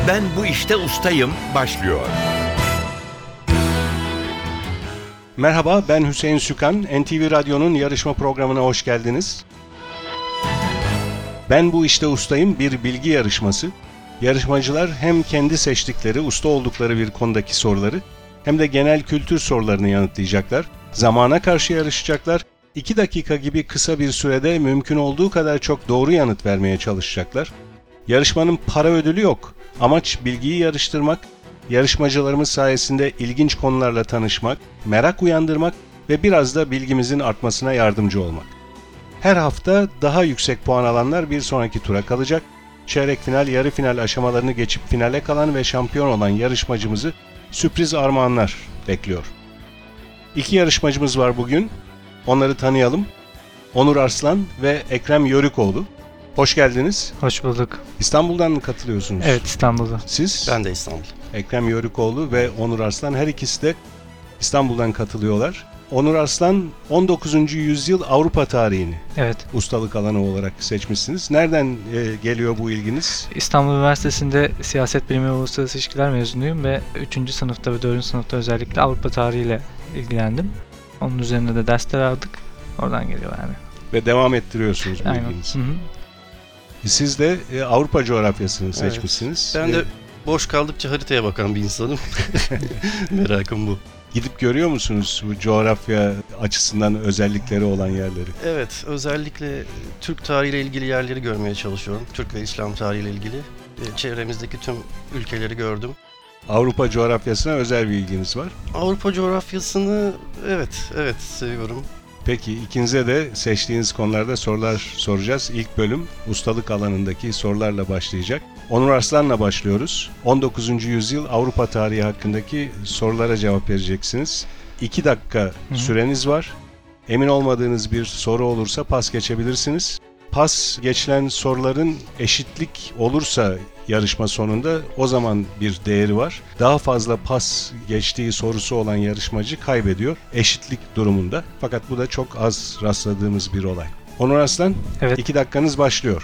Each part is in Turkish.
Ben bu işte ustayım başlıyor. Merhaba, ben Hüseyin Sükan. NTV Radyo'nun yarışma programına hoş geldiniz. Ben bu işte ustayım bir bilgi yarışması. Yarışmacılar hem kendi seçtikleri, usta oldukları bir konudaki soruları hem de genel kültür sorularını yanıtlayacaklar. Zamana karşı yarışacaklar. 2 dakika gibi kısa bir sürede mümkün olduğu kadar çok doğru yanıt vermeye çalışacaklar. Yarışmanın para ödülü yok. Amaç bilgiyi yarıştırmak, yarışmacılarımız sayesinde ilginç konularla tanışmak, merak uyandırmak ve biraz da bilgimizin artmasına yardımcı olmak. Her hafta daha yüksek puan alanlar bir sonraki tura kalacak. Çeyrek final, yarı final aşamalarını geçip finale kalan ve şampiyon olan yarışmacımızı sürpriz armağanlar bekliyor. 2 yarışmacımız var bugün. Onları tanıyalım. Onur Arslan ve Ekrem Yörükoğlu. Hoş geldiniz. Hoş bulduk. İstanbul'dan mı katılıyorsunuz? Evet, İstanbul'da. Siz? Ben de İstanbul. Ekrem Yörükoğlu ve Onur Arslan her ikisi de İstanbul'dan katılıyorlar. Onur Arslan 19. yüzyıl Avrupa tarihini Evet. ustalık alanı olarak seçmişsiniz. Nereden geliyor bu ilginiz? İstanbul Üniversitesi'nde siyaset bilimi ve uluslararası ilişkiler mezunuyum ve 3. sınıfta ve 4. sınıfta özellikle Avrupa tarihiyle ilgilendim. Onun üzerine de dersler aldık. Oradan geliyor yani. Ve devam ettiriyorsunuz bu Aynen. ilginizi. Hı hı. Siz de Avrupa coğrafyasını seçmişsiniz. Ben de boş kaldıkça haritaya bakan bir insanım. Merakım bu. Gidip görüyor musunuz bu coğrafya açısından özellikleri olan yerleri? Evet, özellikle Türk tarihiyle ilgili yerleri görmeye çalışıyorum. Türk ve İslam tarihiyle ilgili. Çevremizdeki tüm ülkeleri gördüm. Avrupa coğrafyasına özel bir ilginiz var. Avrupa coğrafyasını evet seviyorum. Peki ikinize de seçtiğiniz konularda sorular soracağız. İlk bölüm ustalık alanındaki sorularla başlayacak. Onur Arslan'la başlıyoruz. 19. yüzyıl Avrupa tarihi hakkındaki sorulara cevap vereceksiniz. 2 dakika süreniz var. Emin olmadığınız bir soru olursa pas geçebilirsiniz. Pas geçilen soruların eşitlik olursa yarışma sonunda o zaman bir değeri var. Daha fazla pas geçtiği sorusu olan yarışmacı kaybediyor eşitlik durumunda. Fakat bu da çok az rastladığımız bir olay. Onur Arslan, Evet. 2 dakikanız başlıyor.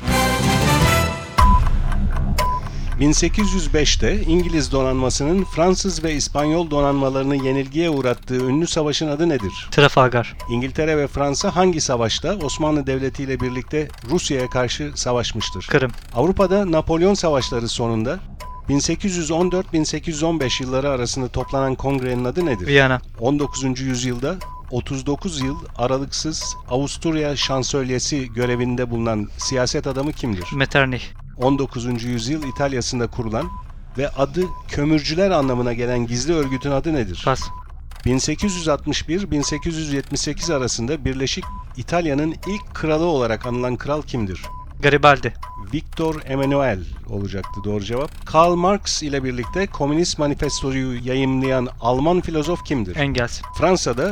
1805'te İngiliz donanmasının Fransız ve İspanyol donanmalarını yenilgiye uğrattığı ünlü savaşın adı nedir? Trafalgar. İngiltere ve Fransa hangi savaşta Osmanlı Devleti ile birlikte Rusya'ya karşı savaşmıştır? Kırım. Avrupa'da Napolyon Savaşları sonunda 1814-1815 yılları arasında toplanan kongrenin adı nedir? Viyana. 19. yüzyılda 39 yıl aralıksız Avusturya Şansölyesi görevinde bulunan siyaset adamı kimdir? Metternich. 19. yüzyıl İtalya'sında kurulan ve adı kömürcüler anlamına gelen gizli örgütün adı nedir? Pas. 1861-1878 arasında Birleşik İtalya'nın ilk kralı olarak anılan kral kimdir? Garibaldi. Victor Emmanuel olacaktı doğru cevap. Karl Marx ile birlikte Komünist Manifestoyu yayımlayan Alman filozof kimdir? Engels. Fransa'da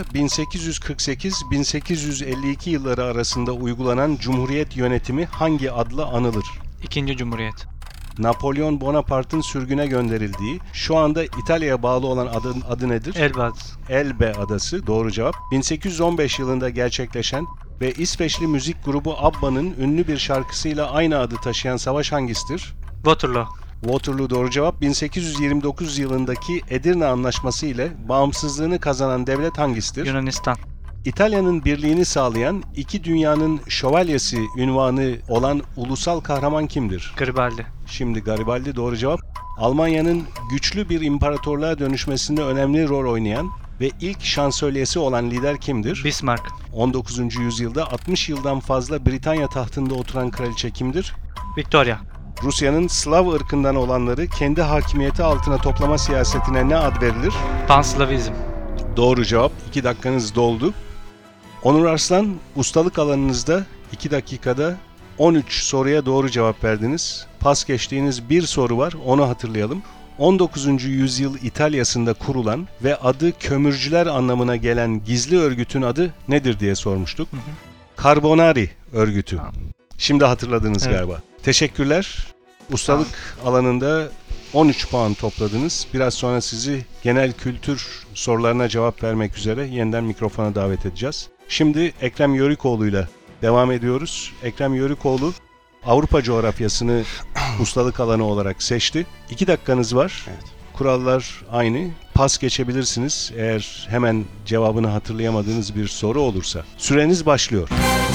1848-1852 yılları arasında uygulanan Cumhuriyet yönetimi hangi adla anılır? İkinci Cumhuriyet. Napolyon Bonaparte'ın sürgüne gönderildiği, şu anda İtalya'ya bağlı olan adı nedir? Elbaz. Elbe Adası, doğru cevap. 1815 yılında gerçekleşen ve İsveçli müzik grubu ABBA'nın ünlü bir şarkısıyla aynı adı taşıyan savaş hangisidir? Waterloo. Waterloo doğru cevap. 1829 yılındaki Edirne Anlaşması ile bağımsızlığını kazanan devlet hangisidir? Yunanistan. İtalya'nın birliğini sağlayan iki dünyanın şövalyesi unvanı olan ulusal kahraman kimdir? Garibaldi. Şimdi Garibaldi doğru cevap. Almanya'nın güçlü bir imparatorluğa dönüşmesinde önemli rol oynayan ve ilk şansölyesi olan lider kimdir? Bismarck. 19. yüzyılda 60 yıldan fazla Britanya tahtında oturan kraliçe kimdir? Victoria. Rusya'nın Slav ırkından olanları kendi hakimiyeti altına toplama siyasetine ne ad verilir? Panslavizm. Doğru cevap. 2 dakikanız doldu. Onur Arslan, ustalık alanınızda 2 dakikada 13 soruya doğru cevap verdiniz. Pas geçtiğiniz bir soru var, onu hatırlayalım. 19. yüzyıl İtalya'sında kurulan ve adı kömürcüler anlamına gelen gizli örgütün adı nedir diye sormuştuk. Carbonari örgütü. Şimdi hatırladınız galiba. Teşekkürler. Ustalık alanında 13 puan topladınız. Biraz sonra sizi genel kültür sorularına cevap vermek üzere yeniden mikrofona davet edeceğiz. Şimdi Ekrem Yörükoğlu'yla devam ediyoruz. Ekrem Yörükoğlu Avrupa coğrafyasını ustalık alanı olarak seçti. 2 dakikanız var. Evet. Kurallar aynı. Pas geçebilirsiniz eğer hemen cevabını hatırlayamadığınız bir soru olursa. Süreniz başlıyor.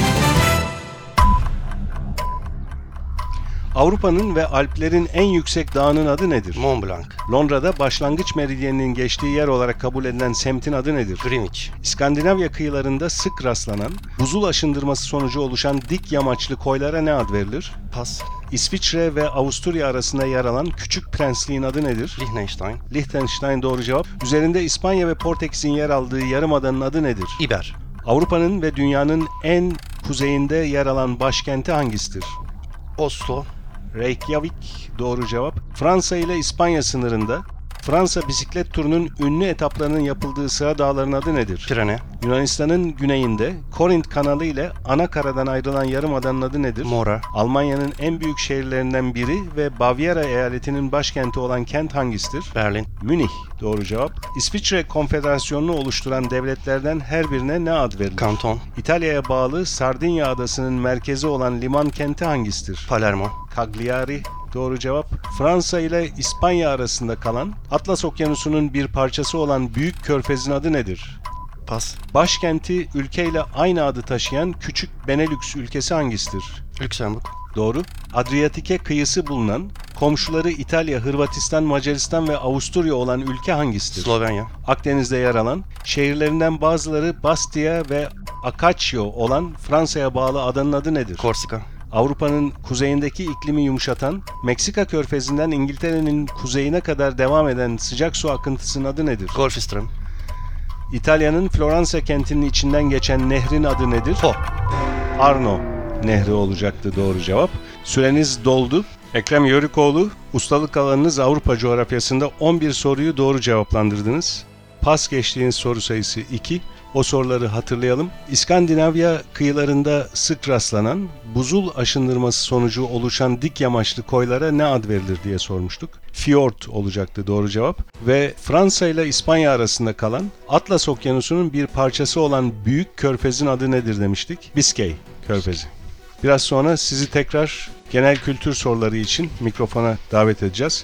Avrupa'nın ve Alplerin en yüksek dağının adı nedir? Mont Blanc, Londra'da başlangıç meridyeninin geçtiği yer olarak kabul edilen semtin adı nedir? Greenwich, İskandinavya kıyılarında sık rastlanan, buzul aşındırması sonucu oluşan dik yamaçlı koylara ne ad verilir? Pas, İsviçre ve Avusturya arasında yer alan Küçük Prensliğin adı nedir? Liechtenstein, Liechtenstein doğru cevap. Üzerinde İspanya ve Portekiz'in yer aldığı yarımadanın adı nedir? Iber, Avrupa'nın ve dünyanın en kuzeyinde yer alan başkenti hangisidir? Oslo, Reykjavik doğru cevap. Fransa ile İspanya sınırında Fransa bisiklet turunun ünlü etaplarının yapıldığı sıra dağların adı nedir? Pirene, Yunanistan'ın güneyinde Korint kanalı ile ana karadan ayrılan yarımadanın adı nedir? Mora, Almanya'nın en büyük şehirlerinden biri ve Bavyera eyaletinin başkenti olan kent hangisidir? Berlin, Münih doğru cevap. İsviçre Konfederasyonu'nu oluşturan devletlerden her birine ne ad verilir? Kanton, İtalya'ya bağlı Sardinya adasının merkezi olan liman kenti hangisidir? Palermo, Cagliari doğru cevap. Fransa ile İspanya arasında kalan Atlas Okyanusu'nun bir parçası olan Büyük Körfez'in adı nedir? Pas, Başkenti ülkeyle aynı adı taşıyan küçük Benelux ülkesi hangisidir? Lüksemburg, Doğru. Adriyatik'e kıyısı bulunan, komşuları İtalya, Hırvatistan, Macaristan ve Avusturya olan ülke hangisidir? Slovenya, Akdeniz'de yer alan, şehirlerinden bazıları Bastia ve Ajaccio olan Fransa'ya bağlı adanın adı nedir? Korsika, Avrupa'nın kuzeyindeki iklimi yumuşatan, Meksika körfezinden İngiltere'nin kuzeyine kadar devam eden sıcak su akıntısının adı nedir? Golfström, İtalya'nın Floransa kentinin içinden geçen nehrin adı nedir? Po, Arno Nehri olacaktı doğru cevap. Süreniz doldu. Ekrem Yörükoğlu, ustalık alanınız Avrupa coğrafyasında 11 soruyu doğru cevaplandırdınız. Pas geçtiğiniz soru sayısı 2. O soruları hatırlayalım. İskandinavya kıyılarında sık rastlanan, buzul aşındırması sonucu oluşan dik yamaçlı koylara ne ad verilir diye sormuştuk. Fjord olacaktı doğru cevap. Ve Fransa ile İspanya arasında kalan, Atlas Okyanusu'nun bir parçası olan Büyük Körfez'in adı nedir demiştik. Biskay Körfezi. Biraz sonra sizi tekrar genel kültür soruları için mikrofona davet edeceğiz.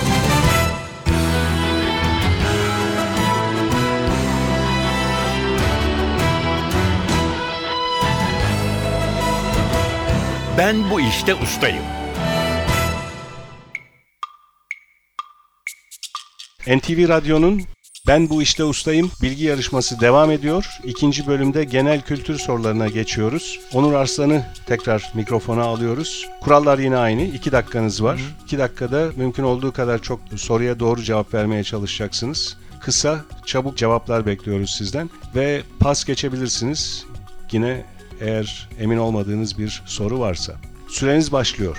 Ben bu işte ustayım. NTV Radyo'nun Ben Bu İşte Ustayım bilgi yarışması devam ediyor. İkinci bölümde genel kültür sorularına geçiyoruz. Onur Arslan'ı tekrar mikrofona alıyoruz. Kurallar yine aynı. 2 dakikanız var. 2 dakikada mümkün olduğu kadar çok soruya doğru cevap vermeye çalışacaksınız. Kısa, çabuk cevaplar bekliyoruz sizden. Ve pas geçebilirsiniz. Yine eğer emin olmadığınız bir soru varsa. Süreniz başlıyor.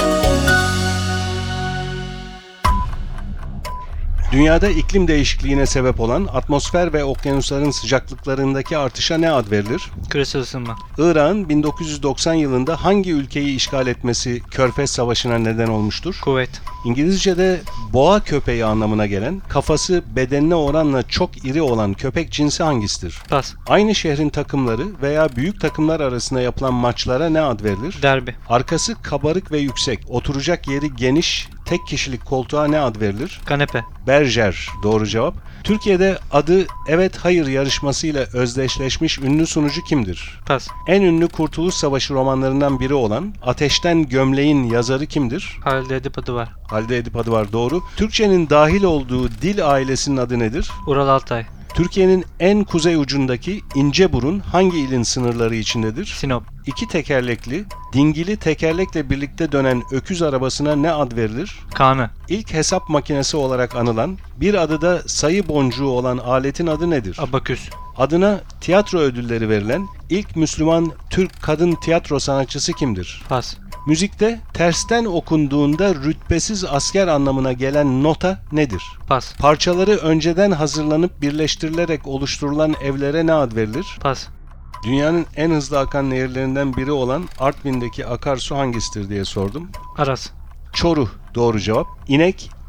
Dünyada iklim değişikliğine sebep olan atmosfer ve okyanusların sıcaklıklarındaki artışa ne ad verilir? Küresel ısınma. Irak'ın 1990 yılında hangi ülkeyi işgal etmesi Körfez Savaşı'na neden olmuştur? Kuvvet. İngilizce'de boğa köpeği anlamına gelen, kafası bedenine oranla çok iri olan köpek cinsi hangisidir? Pas. Aynı şehrin takımları veya büyük takımlar arasında yapılan maçlara ne ad verilir? Derbi. Arkası kabarık ve yüksek, oturacak yeri geniş, tek kişilik koltuğa ne ad verilir? Kanepe. Berger doğru cevap. Türkiye'de adı Evet Hayır yarışmasıyla özdeşleşmiş ünlü sunucu kimdir? Pas. En ünlü Kurtuluş Savaşı romanlarından biri olan Ateşten Gömleğin yazarı kimdir? Halide Edip Adıvar. Halide Edip Adıvar doğru. Türkçenin dahil olduğu dil ailesinin adı nedir? Ural Altay. Türkiye'nin en kuzey ucundaki İnceburun hangi ilin sınırları içindedir? Sinop. 2 tekerlekli, dingili tekerlekle birlikte dönen öküz arabasına ne ad verilir? Kanı. İlk hesap makinesi olarak anılan, bir adı da sayı boncuğu olan aletin adı nedir? Abaküs. Adına tiyatro ödülleri verilen ilk Müslüman Türk kadın tiyatro sanatçısı kimdir? Pas. Müzikte tersten okunduğunda rütbesiz asker anlamına gelen nota nedir? Pas. Parçaları önceden hazırlanıp birleştirilerek oluşturulan evlere ne ad verilir? Pas. Dünyanın en hızlı akan nehirlerinden biri olan Artvin'deki akarsu hangisidir diye sordum. Aras. Çoruh doğru cevap. İnek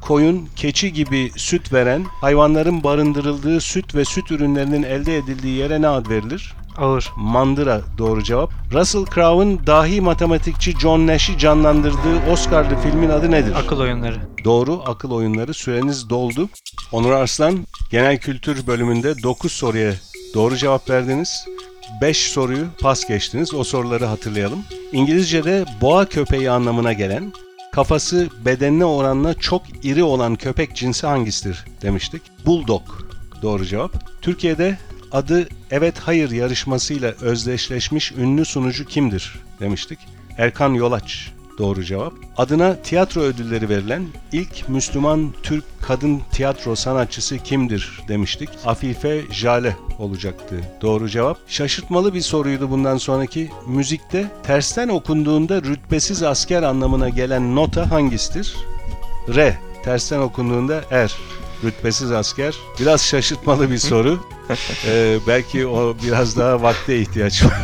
koyun, keçi gibi süt veren hayvanların barındırıldığı süt ve süt ürünlerinin elde edildiği yere ne ad verilir? Ağır. Mandıra doğru cevap. Russell Crowe'ın dahi matematikçi John Nash'i canlandırdığı Oscar'lı filmin adı nedir? Akıl oyunları. Doğru, akıl oyunları. Süreniz doldu. Onur Arslan, genel kültür bölümünde 9 soruya doğru cevap verdiniz. 5 soruyu pas geçtiniz. O soruları hatırlayalım. İngilizce'de boğa köpeği anlamına gelen, kafası bedenine oranla çok iri olan köpek cinsi hangisidir demiştik. Bulldog doğru cevap. Türkiye'de adı Evet Hayır yarışmasıyla özdeşleşmiş ünlü sunucu kimdir demiştik. Erkan Yolaç doğru cevap. Adına tiyatro ödülleri verilen ilk Müslüman Türk kadın tiyatro sanatçısı kimdir demiştik. Afife Jale olacaktı doğru cevap. Şaşırtmalı bir soruydu bundan sonraki. Müzikte tersten okunduğunda rütbesiz asker anlamına gelen nota hangisidir? Re. Tersten okunduğunda er. Rütbesiz asker. Biraz şaşırtmalı bir soru. Belki o biraz daha vakte ihtiyaç var.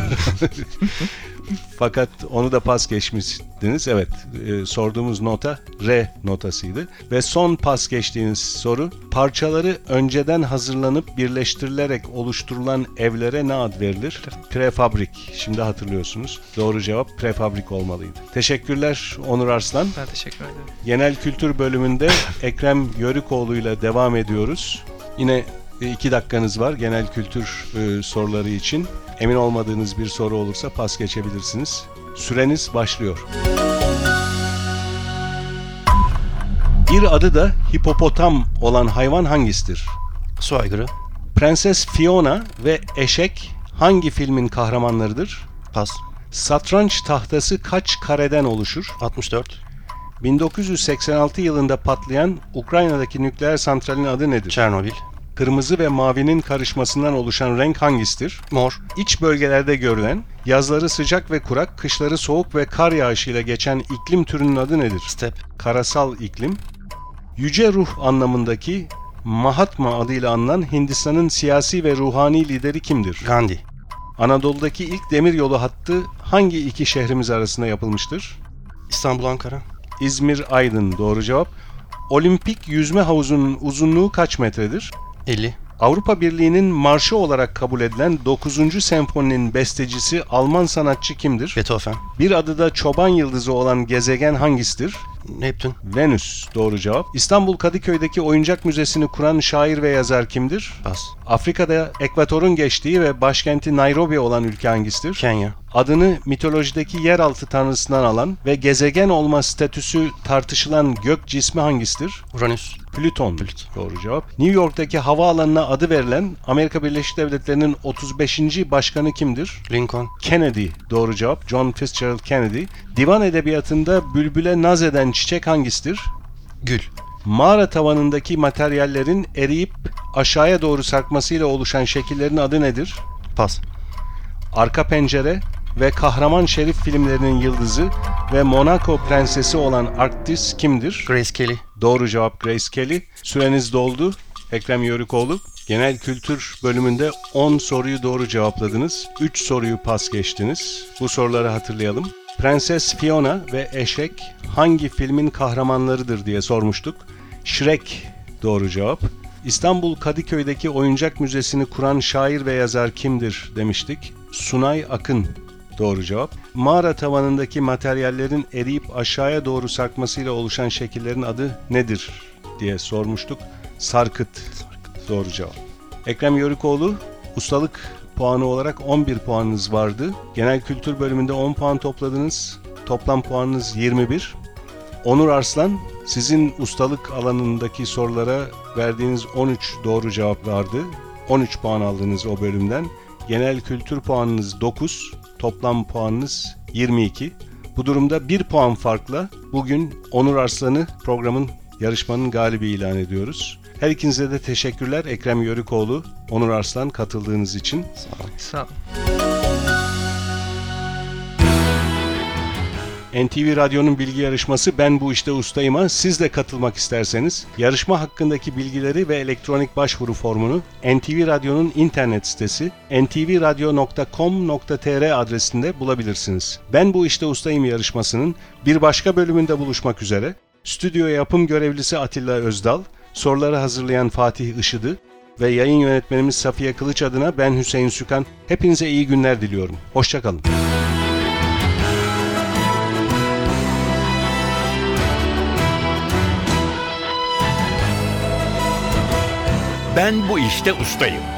Fakat onu da pas geçmiştiniz. Evet, sorduğumuz nota re notasıydı. Ve son pas geçtiğiniz soru, parçaları önceden hazırlanıp birleştirilerek oluşturulan evlere ne ad verilir? Prefabrik. Şimdi hatırlıyorsunuz. Doğru cevap prefabrik olmalıydı. Teşekkürler Onur Arslan. Ben teşekkür ederim. Genel kültür bölümünde Ekrem Yörükoğlu ile devam ediyoruz. Yine 2 dakikanız var genel kültür soruları için. Emin olmadığınız bir soru olursa pas geçebilirsiniz. Süreniz başlıyor. Bir adı da hipopotam olan hayvan hangisidir? Su aygırı. Prenses Fiona ve eşek hangi filmin kahramanlarıdır? Pas. Satranç tahtası kaç kareden oluşur? 64. 1986 yılında patlayan Ukrayna'daki nükleer santralin adı nedir? Çernobil. Kırmızı ve mavinin karışmasından oluşan renk hangisidir? Mor. İç bölgelerde görülen, yazları sıcak ve kurak, kışları soğuk ve kar yağışıyla geçen iklim türünün adı nedir? Step. Karasal iklim. Yüce ruh anlamındaki Mahatma adıyla anılan Hindistan'ın siyasi ve ruhani lideri kimdir? Gandhi. Anadolu'daki ilk demiryolu hattı hangi iki şehrimiz arasında yapılmıştır? İstanbul, Ankara. İzmir, Aydın doğru cevap. Olimpik yüzme havuzunun uzunluğu kaç metredir? 50. Avrupa Birliği'nin marşı olarak kabul edilen 9. senfoninin bestecisi Alman sanatçı kimdir? Beethoven. Bir adı da çoban yıldızı olan gezegen hangisidir? Neptün. Venüs doğru cevap. İstanbul Kadıköy'deki oyuncak müzesini kuran şair ve yazar kimdir? Pas. Afrika'da ekvatorun geçtiği ve başkenti Nairobi olan ülke hangisidir? Kenya. Adını mitolojideki yeraltı tanrısından alan ve gezegen olma statüsü tartışılan gök cismi hangisidir? Uranüs. Plüton. Doğru cevap. New York'taki havaalanına adı verilen Amerika Birleşik Devletleri'nin 35. başkanı kimdir? Lincoln. Kennedy. Doğru cevap. John Fitzgerald Kennedy. Divan edebiyatında bülbüle naz eden çiçek hangisidir? Gül. Mağara tavanındaki materyallerin eriyip aşağıya doğru sarkmasıyla oluşan şekillerin adı nedir? Pas. Arka Pencere ve Kahraman Şerif filmlerinin yıldızı ve Monaco prensesi olan Arctis kimdir? Grace Kelly. Doğru cevap Grace Kelly. Süreniz doldu. Ekrem Yörükoğlu. Genel kültür bölümünde 10 soruyu doğru cevapladınız. 3 soruyu pas geçtiniz. Bu soruları hatırlayalım. Prenses Fiona ve eşek hangi filmin kahramanlarıdır diye sormuştuk. Shrek doğru cevap. İstanbul Kadıköy'deki oyuncak müzesini kuran şair ve yazar kimdir demiştik. Sunay Akın doğru cevap. Mağara tavanındaki materyallerin eriyip aşağıya doğru sarkmasıyla oluşan şekillerin adı nedir diye sormuştuk. Sarkıt doğru cevap. Ekrem Yörükoğlu, ustalık puanı olarak 11 puanınız vardı. Genel kültür bölümünde 10 puan topladınız. Toplam puanınız 21. Onur Arslan, sizin ustalık alanındaki sorulara verdiğiniz 13 doğru cevap vardı. 13 puan aldınız o bölümden. Genel kültür puanınız 9, toplam puanınız 22. Bu durumda 1 puan farkla bugün Onur Arslan'ı programın, yarışmanın galibi ilan ediyoruz. Her ikinize de teşekkürler. Ekrem Yörükoğlu, Onur Arslan katıldığınız için. Sağ olun. Sağ olun. NTV Radyo'nun bilgi yarışması Ben Bu İşte Ustayım'a siz de katılmak isterseniz yarışma hakkındaki bilgileri ve elektronik başvuru formunu NTV Radyo'nun internet sitesi ntvradio.com.tr adresinde bulabilirsiniz. Ben Bu İşte Ustayım yarışmasının bir başka bölümünde buluşmak üzere. Stüdyo yapım görevlisi Atilla Özdal, soruları hazırlayan Fatih Işıdı ve yayın yönetmenimiz Safiye Kılıç adına ben Hüseyin Sükan. Hepinize iyi günler diliyorum. Hoşça kalın. Ben bu işte ustayım.